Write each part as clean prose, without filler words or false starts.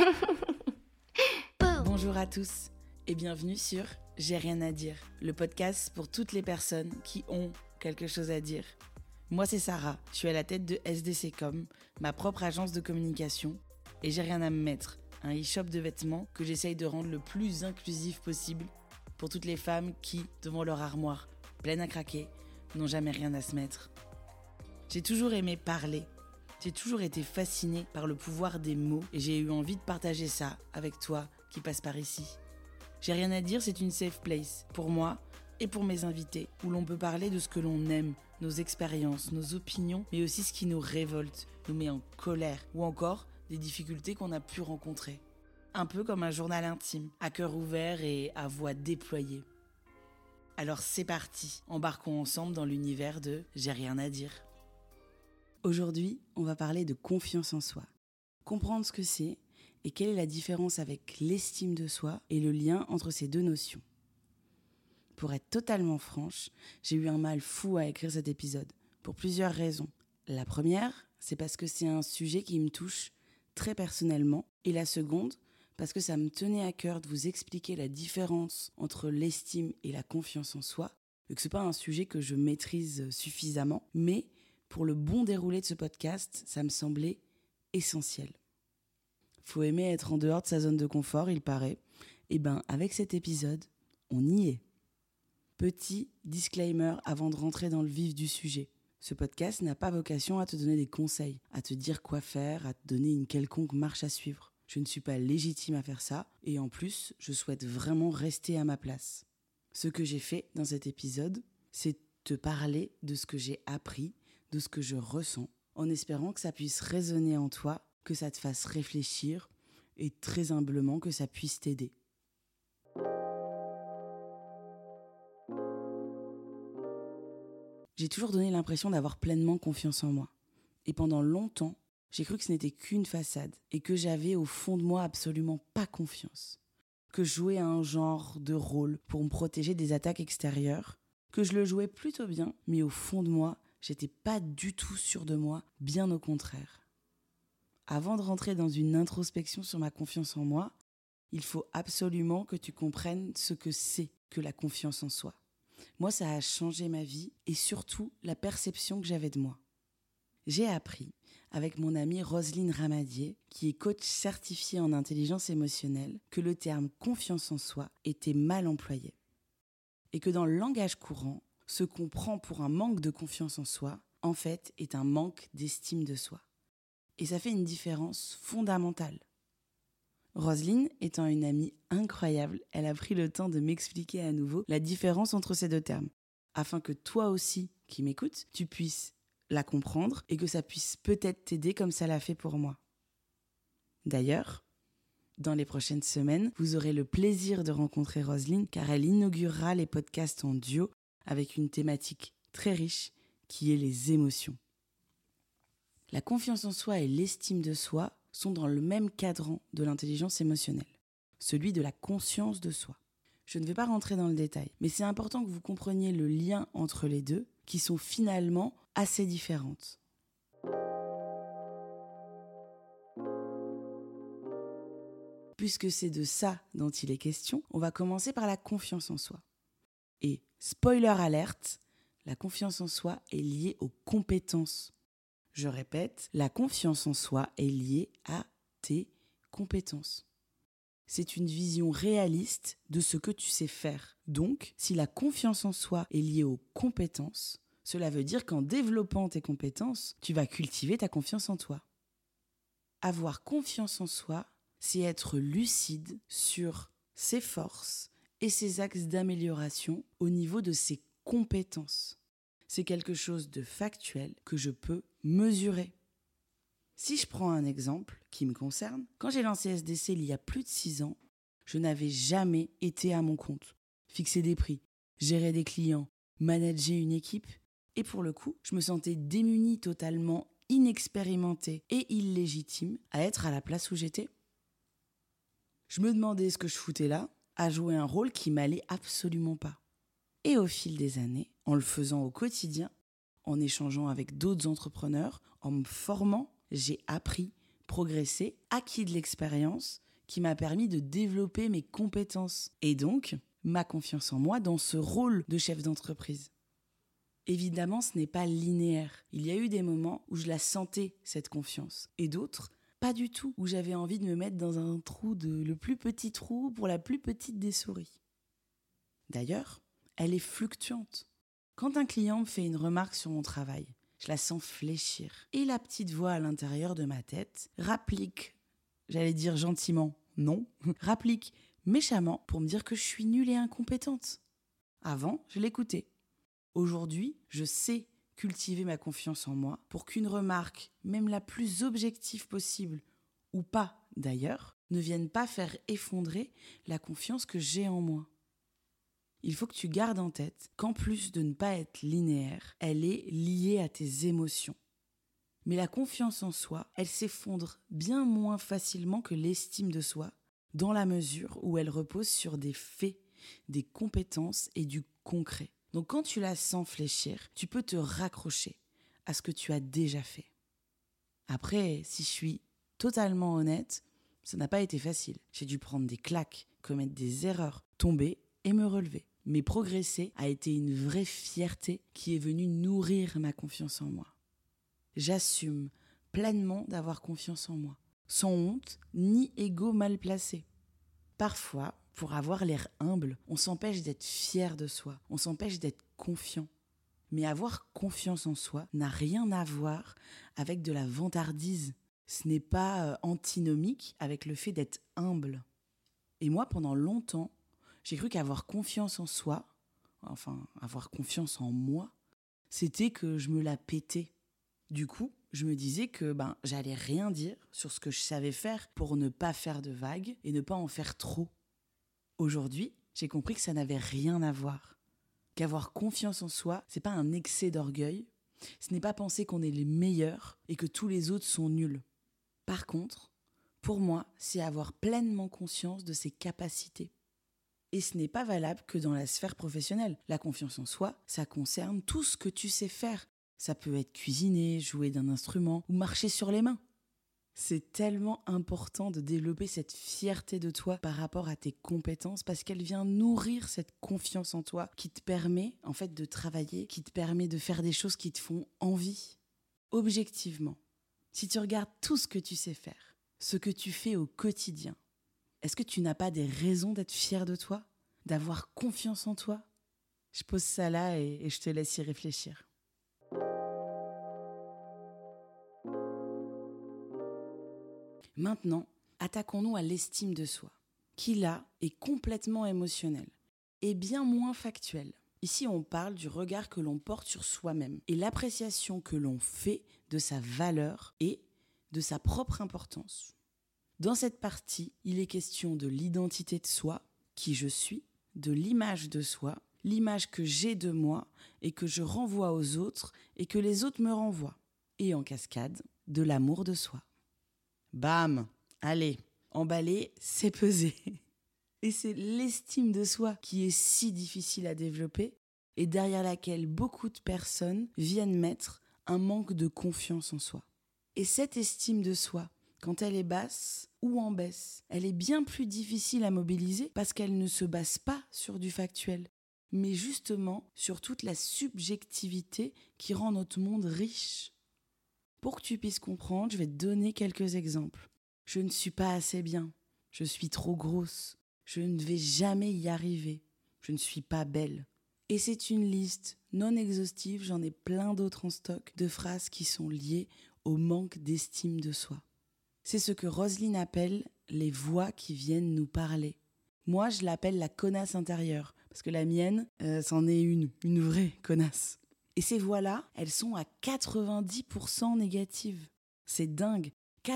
Bonjour à tous et bienvenue sur J'ai rien à dire, le podcast pour toutes les personnes qui ont quelque chose à dire. Moi c'est Sarah, je suis à la tête de SDCcom, ma propre agence de communication, et j'ai rien à me mettre, un e-shop de vêtements que j'essaye de rendre le plus inclusif possible pour toutes les femmes qui, devant leur armoire pleine à craquer, n'ont jamais rien à se mettre. J'ai toujours aimé parler. J'ai toujours été fascinée par le pouvoir des mots et j'ai eu envie de partager ça avec toi qui passe par ici. J'ai rien à dire, c'est une safe place pour moi et pour mes invités, où l'on peut parler de ce que l'on aime, nos expériences, nos opinions, mais aussi ce qui nous révolte, nous met en colère, ou encore des difficultés qu'on a pu rencontrer. Un peu comme un journal intime, à cœur ouvert et à voix déployée. Alors c'est parti, embarquons ensemble dans l'univers de J'ai rien à dire. Aujourd'hui, on va parler de confiance en soi. Comprendre ce que c'est et quelle est la différence avec l'estime de soi et le lien entre ces deux notions. Pour être totalement franche, j'ai eu un mal fou à écrire cet épisode, pour plusieurs raisons. La première, c'est parce que c'est un sujet qui me touche très personnellement, et la seconde, parce que ça me tenait à cœur de vous expliquer la différence entre l'estime et la confiance en soi, vu que c'est pas un sujet que je maîtrise suffisamment, mais pour le bon déroulé de ce podcast, ça me semblait essentiel. Faut aimer être en dehors de sa zone de confort, il paraît. Et ben, avec cet épisode, on y est. Petit disclaimer avant de rentrer dans le vif du sujet. Ce podcast n'a pas vocation à te donner des conseils, à te dire quoi faire, à te donner une quelconque marche à suivre. Je ne suis pas légitime à faire ça, et en plus, je souhaite vraiment rester à ma place. Ce que j'ai fait dans cet épisode, c'est te parler de ce que j'ai appris, de ce que je ressens, en espérant que ça puisse résonner en toi, que ça te fasse réfléchir et très humblement que ça puisse t'aider. J'ai toujours donné l'impression d'avoir pleinement confiance en moi. Et pendant longtemps, j'ai cru que ce n'était qu'une façade et que j'avais au fond de moi absolument pas confiance. Que je jouais un genre de rôle pour me protéger des attaques extérieures, que je le jouais plutôt bien, mais au fond de moi, j'étais pas du tout sûre de moi, bien au contraire. Avant de rentrer dans une introspection sur ma confiance en moi, il faut absolument que tu comprennes ce que c'est que la confiance en soi. Moi, ça a changé ma vie et surtout la perception que j'avais de moi. J'ai appris avec mon amie Roselyne Ramadier, qui est coach certifiée en intelligence émotionnelle, que le terme confiance en soi était mal employé. Et que dans le langage courant, ce qu'on prend pour un manque de confiance en soi, en fait, est un manque d'estime de soi. Et ça fait une différence fondamentale. Roselyne étant une amie incroyable, elle a pris le temps de m'expliquer à nouveau la différence entre ces deux termes, afin que toi aussi, qui m'écoutes, tu puisses la comprendre et que ça puisse peut-être t'aider comme ça l'a fait pour moi. D'ailleurs, dans les prochaines semaines, vous aurez le plaisir de rencontrer Roselyne car elle inaugurera les podcasts en duo avec une thématique très riche qui est les émotions. La confiance en soi et l'estime de soi sont dans le même cadran de l'intelligence émotionnelle, celui de la conscience de soi. Je ne vais pas rentrer dans le détail, mais c'est important que vous compreniez le lien entre les deux, qui sont finalement assez différentes. Puisque c'est de ça dont il est question, on va commencer par la confiance en soi. Et, spoiler alerte, la confiance en soi est liée aux compétences. Je répète, la confiance en soi est liée à tes compétences. C'est une vision réaliste de ce que tu sais faire. Donc, si la confiance en soi est liée aux compétences, cela veut dire qu'en développant tes compétences, tu vas cultiver ta confiance en toi. Avoir confiance en soi, c'est être lucide sur ses forces et ses axes d'amélioration au niveau de ses compétences. C'est quelque chose de factuel que je peux mesurer. Si je prends un exemple qui me concerne, quand j'ai lancé SDC il y a plus de 6 ans, je n'avais jamais été à mon compte, fixer des prix, gérer des clients, manager une équipe. Et pour le coup, je me sentais démunie, totalement inexpérimentée et illégitime à être à la place où j'étais. Je me demandais ce que je foutais là, à jouer un rôle qui m'allait absolument pas. Et au fil des années, en le faisant au quotidien, en échangeant avec d'autres entrepreneurs, en me formant, j'ai appris progressé, acquis de l'expérience qui m'a permis de développer mes compétences et donc ma confiance en moi dans ce rôle de chef d'entreprise. Évidemment, ce n'est pas linéaire. Il y a eu des moments où je la sentais, cette confiance, et d'autres, pas du tout, où j'avais envie de me mettre dans un trou le plus petit trou pour la plus petite des souris. D'ailleurs, elle est fluctuante. Quand un client me fait une remarque sur mon travail, je la sens fléchir. Et la petite voix à l'intérieur de ma tête rapplique, j'allais dire gentiment, non, rapplique méchamment pour me dire que je suis nulle et incompétente. Avant, je l'écoutais. Aujourd'hui, je sais cultiver ma confiance en moi pour qu'une remarque, même la plus objective possible, ou pas d'ailleurs, ne vienne pas faire effondrer la confiance que j'ai en moi. Il faut que tu gardes en tête qu'en plus de ne pas être linéaire, elle est liée à tes émotions. Mais la confiance en soi, elle s'effondre bien moins facilement que l'estime de soi, dans la mesure où elle repose sur des faits, des compétences et du concret. Donc quand tu la sens fléchir, tu peux te raccrocher à ce que tu as déjà fait. Après, si je suis totalement honnête, ça n'a pas été facile. J'ai dû prendre des claques, commettre des erreurs, tomber et me relever. Mais progresser a été une vraie fierté qui est venue nourrir ma confiance en moi. J'assume pleinement d'avoir confiance en moi, sans honte ni ego mal placé. Parfois, pour avoir l'air humble, on s'empêche d'être fier de soi, on s'empêche d'être confiant. Mais avoir confiance en soi n'a rien à voir avec de la vantardise. Ce n'est pas antinomique avec le fait d'être humble. Et moi, pendant longtemps, j'ai cru qu'avoir confiance en soi, enfin avoir confiance en moi, c'était que je me la pétais. Du coup, je me disais que j'allais rien dire sur ce que je savais faire pour ne pas faire de vagues et ne pas en faire trop. Aujourd'hui, j'ai compris que ça n'avait rien à voir. Qu'avoir confiance en soi, c'est pas un excès d'orgueil, ce n'est pas penser qu'on est les meilleurs et que tous les autres sont nuls. Par contre, pour moi, c'est avoir pleinement conscience de ses capacités. Et ce n'est pas valable que dans la sphère professionnelle. La confiance en soi, ça concerne tout ce que tu sais faire. Ça peut être cuisiner, jouer d'un instrument ou marcher sur les mains. C'est tellement important de développer cette fierté de toi par rapport à tes compétences parce qu'elle vient nourrir cette confiance en toi qui te permet en fait de travailler, qui te permet de faire des choses qui te font envie. Objectivement, si tu regardes tout ce que tu sais faire, ce que tu fais au quotidien, est-ce que tu n'as pas des raisons d'être fier de toi, d'avoir confiance en toi ? Je pose ça là et je te laisse y réfléchir. Maintenant, attaquons-nous à l'estime de soi, qui là est complètement émotionnelle et bien moins factuelle. Ici, on parle du regard que l'on porte sur soi-même et l'appréciation que l'on fait de sa valeur et de sa propre importance. Dans cette partie, il est question de l'identité de soi, qui je suis, de l'image de soi, l'image que j'ai de moi et que je renvoie aux autres et que les autres me renvoient. Et en cascade, de l'amour de soi. Bam! Allez, emballer, c'est peser. Et c'est l'estime de soi qui est si difficile à développer et derrière laquelle beaucoup de personnes viennent mettre un manque de confiance en soi. Et cette estime de soi, quand elle est basse ou en baisse, elle est bien plus difficile à mobiliser parce qu'elle ne se base pas sur du factuel, mais justement sur toute la subjectivité qui rend notre monde riche. Pour que tu puisses comprendre, je vais te donner quelques exemples. Je ne suis pas assez bien, je suis trop grosse, je ne vais jamais y arriver, je ne suis pas belle. Et c'est une liste non exhaustive, j'en ai plein d'autres en stock, de phrases qui sont liées au manque d'estime de soi. C'est ce que Roselyne appelle les voix qui viennent nous parler. Moi, je l'appelle la connasse intérieure, parce que la mienne, c'en est une vraie connasse. Et ces voix-là, elles sont à 90% négatives. C'est dingue.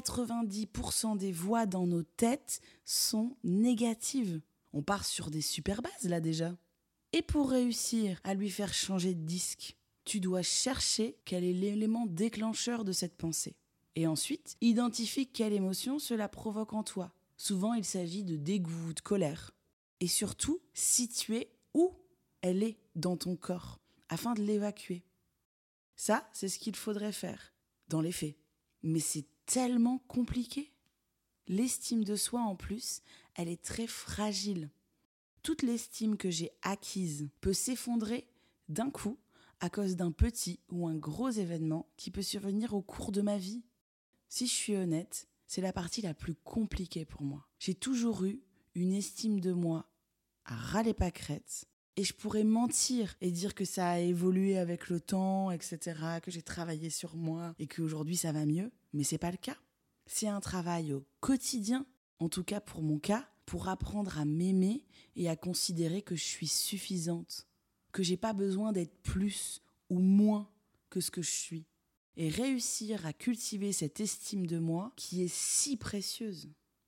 90% des voix dans nos têtes sont négatives. On part sur des super bases là déjà. Et pour réussir à lui faire changer de disque, tu dois chercher quel est l'élément déclencheur de cette pensée. Et ensuite, identifie quelle émotion cela provoque en toi. Souvent, il s'agit de dégoût, de colère. Et surtout, situer où elle est dans ton corps, afin de l'évacuer. Ça, c'est ce qu'il faudrait faire, dans les faits. Mais c'est tellement compliqué. L'estime de soi, en plus, elle est très fragile. Toute l'estime que j'ai acquise peut s'effondrer d'un coup à cause d'un petit ou un gros événement qui peut survenir au cours de ma vie. Si je suis honnête, c'est la partie la plus compliquée pour moi. J'ai toujours eu une estime de moi à ras les pâquerettes et je pourrais mentir et dire que ça a évolué avec le temps, etc., que j'ai travaillé sur moi et qu'aujourd'hui ça va mieux, mais c'est pas le cas. C'est un travail au quotidien, en tout cas pour mon cas, pour apprendre à m'aimer et à considérer que je suis suffisante, que j'ai pas besoin d'être plus ou moins que ce que je suis. Et réussir à cultiver cette estime de moi qui est si précieuse.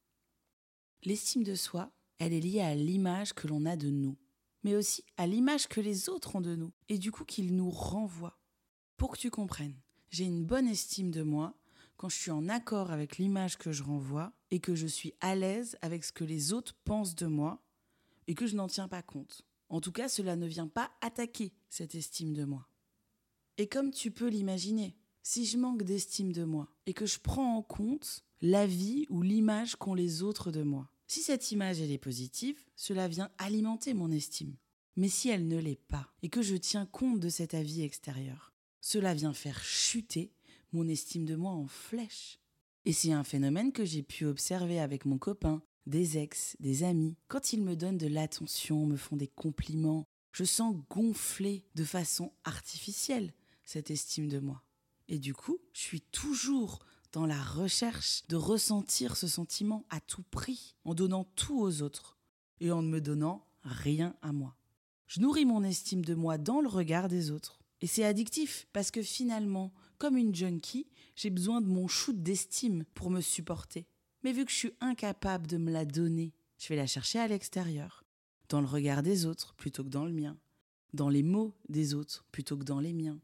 L'estime de soi, elle est liée à l'image que l'on a de nous, mais aussi à l'image que les autres ont de nous, et du coup qu'ils nous renvoient. Pour que tu comprennes, j'ai une bonne estime de moi quand je suis en accord avec l'image que je renvoie et que je suis à l'aise avec ce que les autres pensent de moi et que je n'en tiens pas compte. En tout cas, cela ne vient pas attaquer cette estime de moi. Et comme tu peux l'imaginer, si je manque d'estime de moi et que je prends en compte l'avis ou l'image qu'ont les autres de moi, si cette image elle est positive, cela vient alimenter mon estime. Mais si elle ne l'est pas et que je tiens compte de cet avis extérieur, cela vient faire chuter mon estime de moi en flèche. Et c'est un phénomène que j'ai pu observer avec mon copain, des ex, des amis. Quand ils me donnent de l'attention, me font des compliments, je sens gonfler de façon artificielle cette estime de moi. Et du coup, je suis toujours dans la recherche de ressentir ce sentiment à tout prix, en donnant tout aux autres et en ne me donnant rien à moi. Je nourris mon estime de moi dans le regard des autres. Et c'est addictif parce que finalement, comme une junkie, j'ai besoin de mon shoot d'estime pour me supporter. Mais vu que je suis incapable de me la donner, je vais la chercher à l'extérieur, dans le regard des autres plutôt que dans le mien, dans les mots des autres plutôt que dans les miens.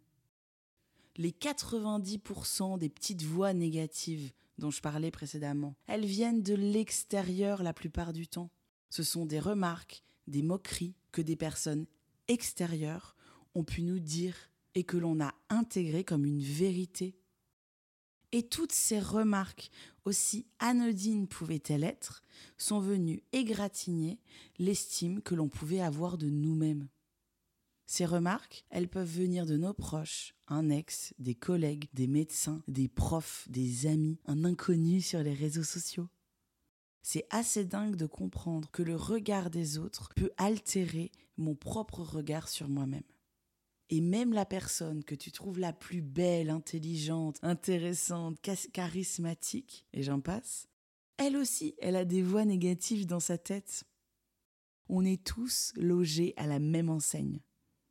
Les 90% des petites voix négatives dont je parlais précédemment, elles viennent de l'extérieur la plupart du temps. Ce sont des remarques, des moqueries que des personnes extérieures ont pu nous dire et que l'on a intégrées comme une vérité. Et toutes ces remarques, aussi anodines pouvaient-elles être, sont venues égratigner l'estime que l'on pouvait avoir de nous-mêmes. Ces remarques, elles peuvent venir de nos proches, un ex, des collègues, des médecins, des profs, des amis, un inconnu sur les réseaux sociaux. C'est assez dingue de comprendre que le regard des autres peut altérer mon propre regard sur moi-même. Et même la personne que tu trouves la plus belle, intelligente, intéressante, charismatique, et j'en passe, elle aussi, elle a des voix négatives dans sa tête. On est tous logés à la même enseigne.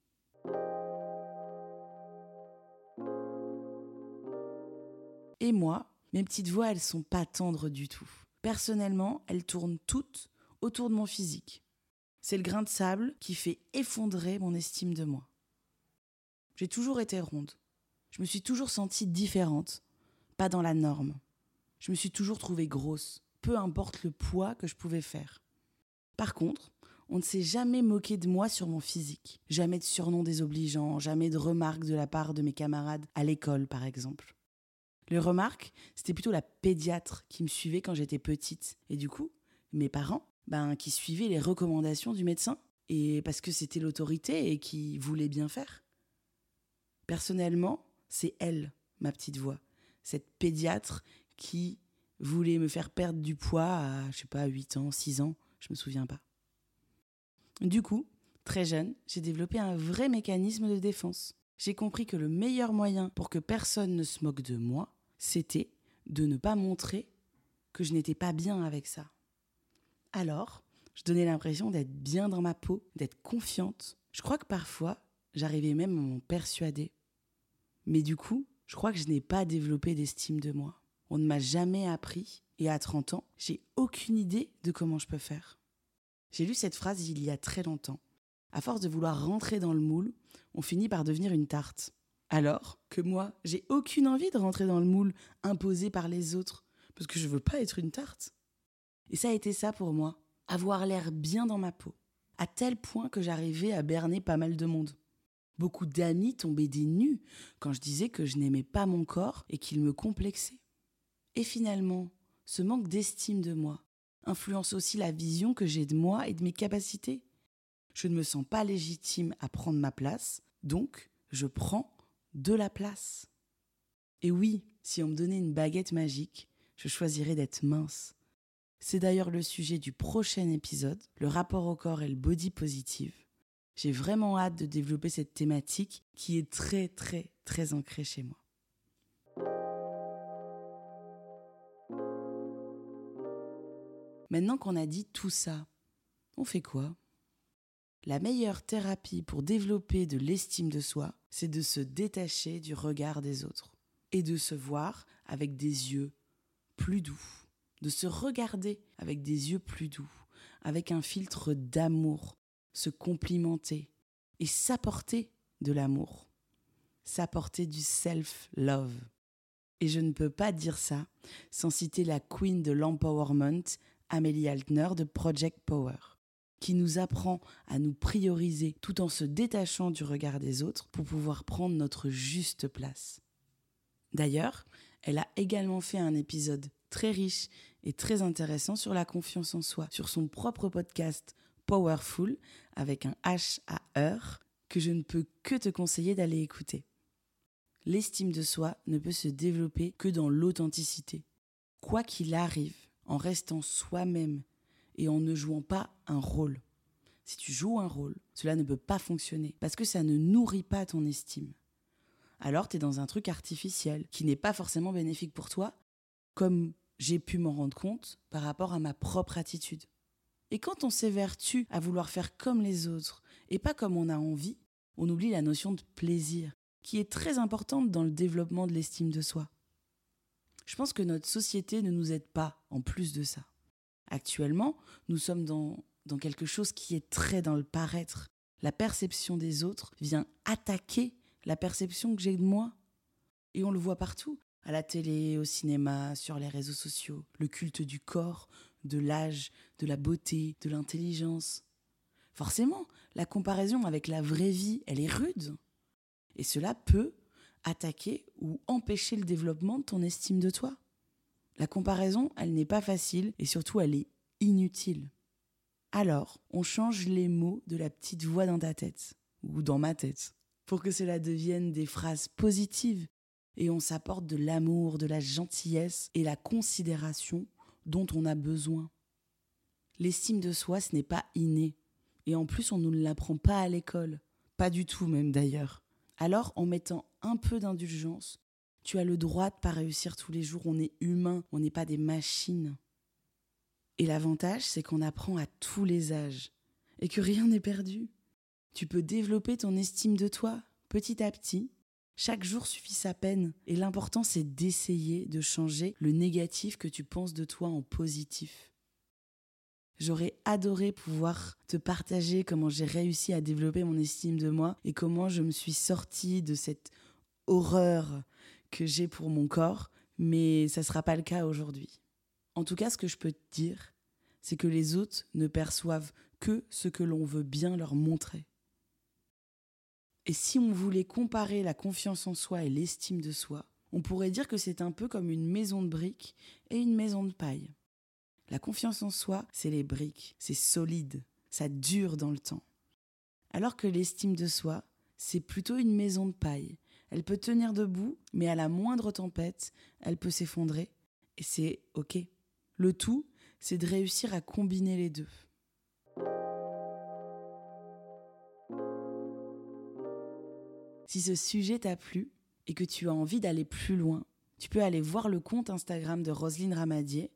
Et moi, mes petites voix, elles sont pas tendres du tout. Personnellement, elles tournent toutes autour de mon physique. C'est le grain de sable qui fait effondrer mon estime de moi. J'ai toujours été ronde. Je me suis toujours sentie différente, pas dans la norme. Je me suis toujours trouvée grosse, peu importe le poids que je pouvais faire. Par contre, on ne s'est jamais moqué de moi sur mon physique. Jamais de surnoms désobligeants, jamais de remarques de la part de mes camarades à l'école, par exemple. Les remarques, c'était plutôt la pédiatre qui me suivait quand j'étais petite. Et du coup, mes parents, qui suivaient les recommandations du médecin, et parce que c'était l'autorité et qui voulait bien faire. Personnellement, c'est elle, ma petite voix. Cette pédiatre qui voulait me faire perdre du poids à, 8 ans, 6 ans, je me souviens pas. Du coup, très jeune, j'ai développé un vrai mécanisme de défense. J'ai compris que le meilleur moyen pour que personne ne se moque de moi, c'était de ne pas montrer que je n'étais pas bien avec ça. Alors, je donnais l'impression d'être bien dans ma peau, d'être confiante. Je crois que parfois, j'arrivais même à m'en persuader. Mais du coup, je crois que je n'ai pas développé d'estime de moi. On ne m'a jamais appris et à 30 ans, j'ai aucune idée de comment je peux faire. J'ai lu cette phrase il y a très longtemps. À force de vouloir rentrer dans le moule, on finit par devenir une tarte. Alors que moi, j'ai aucune envie de rentrer dans le moule imposé par les autres, parce que je veux pas être une tarte. Et ça a été ça pour moi, avoir l'air bien dans ma peau, à tel point que j'arrivais à berner pas mal de monde. Beaucoup d'amis tombaient des nues quand je disais que je n'aimais pas mon corps et qu'ils me complexaient. Et finalement, ce manque d'estime de moi influence aussi la vision que j'ai de moi et de mes capacités. Je ne me sens pas légitime à prendre ma place, donc je prends de la place. Et oui, si on me donnait une baguette magique, je choisirais d'être mince. C'est d'ailleurs le sujet du prochain épisode, le rapport au corps et le body positive. J'ai vraiment hâte de développer cette thématique qui est très très très ancrée chez moi. Maintenant qu'on a dit tout ça, on fait quoi ? La meilleure thérapie pour développer de l'estime de soi, c'est de se détacher du regard des autres et de se voir avec des yeux plus doux, de se regarder avec des yeux plus doux, avec un filtre d'amour, se complimenter et s'apporter de l'amour, s'apporter du self-love. Et je ne peux pas dire ça sans citer la queen de l'empowerment, Amélie Altner de Project Power, qui nous apprend à nous prioriser tout en se détachant du regard des autres pour pouvoir prendre notre juste place. D'ailleurs, elle a également fait un épisode très riche et très intéressant sur la confiance en soi, sur son propre podcast Powerful, avec un H à heure, que je ne peux que te conseiller d'aller écouter. L'estime de soi ne peut se développer que dans l'authenticité. Quoi qu'il arrive, en restant soi-même et en ne jouant pas un rôle. Si tu joues un rôle, cela ne peut pas fonctionner parce que ça ne nourrit pas ton estime. Alors tu es dans un truc artificiel qui n'est pas forcément bénéfique pour toi, comme j'ai pu m'en rendre compte par rapport à ma propre attitude. Et quand on s'évertue à vouloir faire comme les autres et pas comme on a envie, on oublie la notion de plaisir, qui est très importante dans le développement de l'estime de soi. Je pense que notre société ne nous aide pas en plus de ça. Actuellement, nous sommes dans quelque chose qui est très dans le paraître. La perception des autres vient attaquer la perception que j'ai de moi. Et on le voit partout, à la télé, au cinéma, sur les réseaux sociaux. Le culte du corps, de l'âge, de la beauté, de l'intelligence. Forcément, la comparaison avec la vraie vie, elle est rude. Et cela peut attaquer ou empêcher le développement de ton estime de toi. La comparaison, elle n'est pas facile et surtout, elle est inutile. Alors, on change les mots de la petite voix dans ta tête, ou dans ma tête, pour que cela devienne des phrases positives et on s'apporte de l'amour, de la gentillesse et la considération dont on a besoin. L'estime de soi, ce n'est pas inné. Et en plus, on ne nous l'apprend pas à l'école. Pas du tout même d'ailleurs. Alors, en mettant un peu d'indulgence, tu as le droit de ne pas réussir tous les jours. On est humain, on n'est pas des machines. Et l'avantage, c'est qu'on apprend à tous les âges et que rien n'est perdu. Tu peux développer ton estime de toi petit à petit. Chaque jour suffit sa peine. Et l'important, c'est d'essayer de changer le négatif que tu penses de toi en positif. J'aurais adoré pouvoir te partager comment j'ai réussi à développer mon estime de moi et comment je me suis sortie de cette horreur que j'ai pour mon corps, mais ça ne sera pas le cas aujourd'hui. En tout cas, ce que je peux te dire, c'est que les autres ne perçoivent que ce que l'on veut bien leur montrer. Et si on voulait comparer la confiance en soi et l'estime de soi, on pourrait dire que c'est un peu comme une maison de briques et une maison de paille. La confiance en soi, c'est les briques, c'est solide, ça dure dans le temps. Alors que l'estime de soi, c'est plutôt une maison de paille. Elle peut tenir debout, mais à la moindre tempête, elle peut s'effondrer, et c'est ok. Le tout, c'est de réussir à combiner les deux. Si ce sujet t'a plu et que tu as envie d'aller plus loin, tu peux aller voir le compte Instagram de Roselyne Ramadier,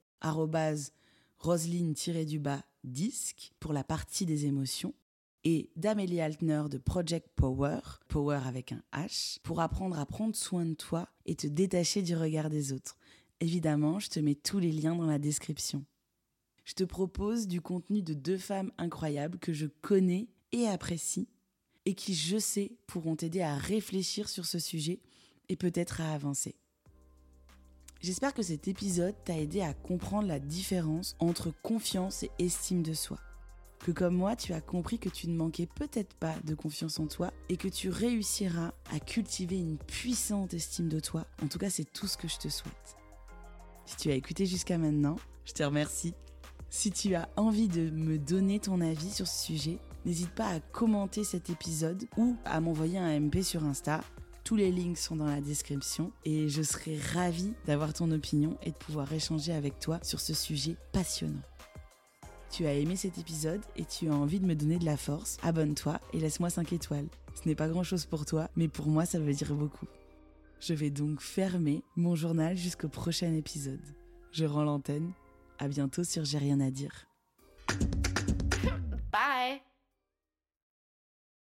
@Roselyne_disque pour la partie des émotions, et d'Amélie Altner de Project Power, Power avec un H, pour apprendre à prendre soin de toi et te détacher du regard des autres. Évidemment, je te mets tous les liens dans la description. Je te propose du contenu de 2 femmes incroyables que je connais et apprécie et qui, je sais, pourront t'aider à réfléchir sur ce sujet et peut-être à avancer. J'espère que cet épisode t'a aidé à comprendre la différence entre confiance et estime de soi. Que comme moi, tu as compris que tu ne manquais peut-être pas de confiance en toi et que tu réussiras à cultiver une puissante estime de toi. En tout cas, c'est tout ce que je te souhaite. Si tu as écouté jusqu'à maintenant, je te remercie. Si tu as envie de me donner ton avis sur ce sujet, n'hésite pas à commenter cet épisode ou à m'envoyer un MP sur Insta. Tous les links sont dans la description et je serai ravie d'avoir ton opinion et de pouvoir échanger avec toi sur ce sujet passionnant. Tu as aimé cet épisode et tu as envie de me donner de la force, abonne-toi et laisse-moi 5 étoiles. Ce n'est pas grand-chose pour toi, mais pour moi ça veut dire beaucoup. Je vais donc fermer mon journal jusqu'au prochain épisode. Je rends l'antenne. À bientôt sur J'ai rien à dire.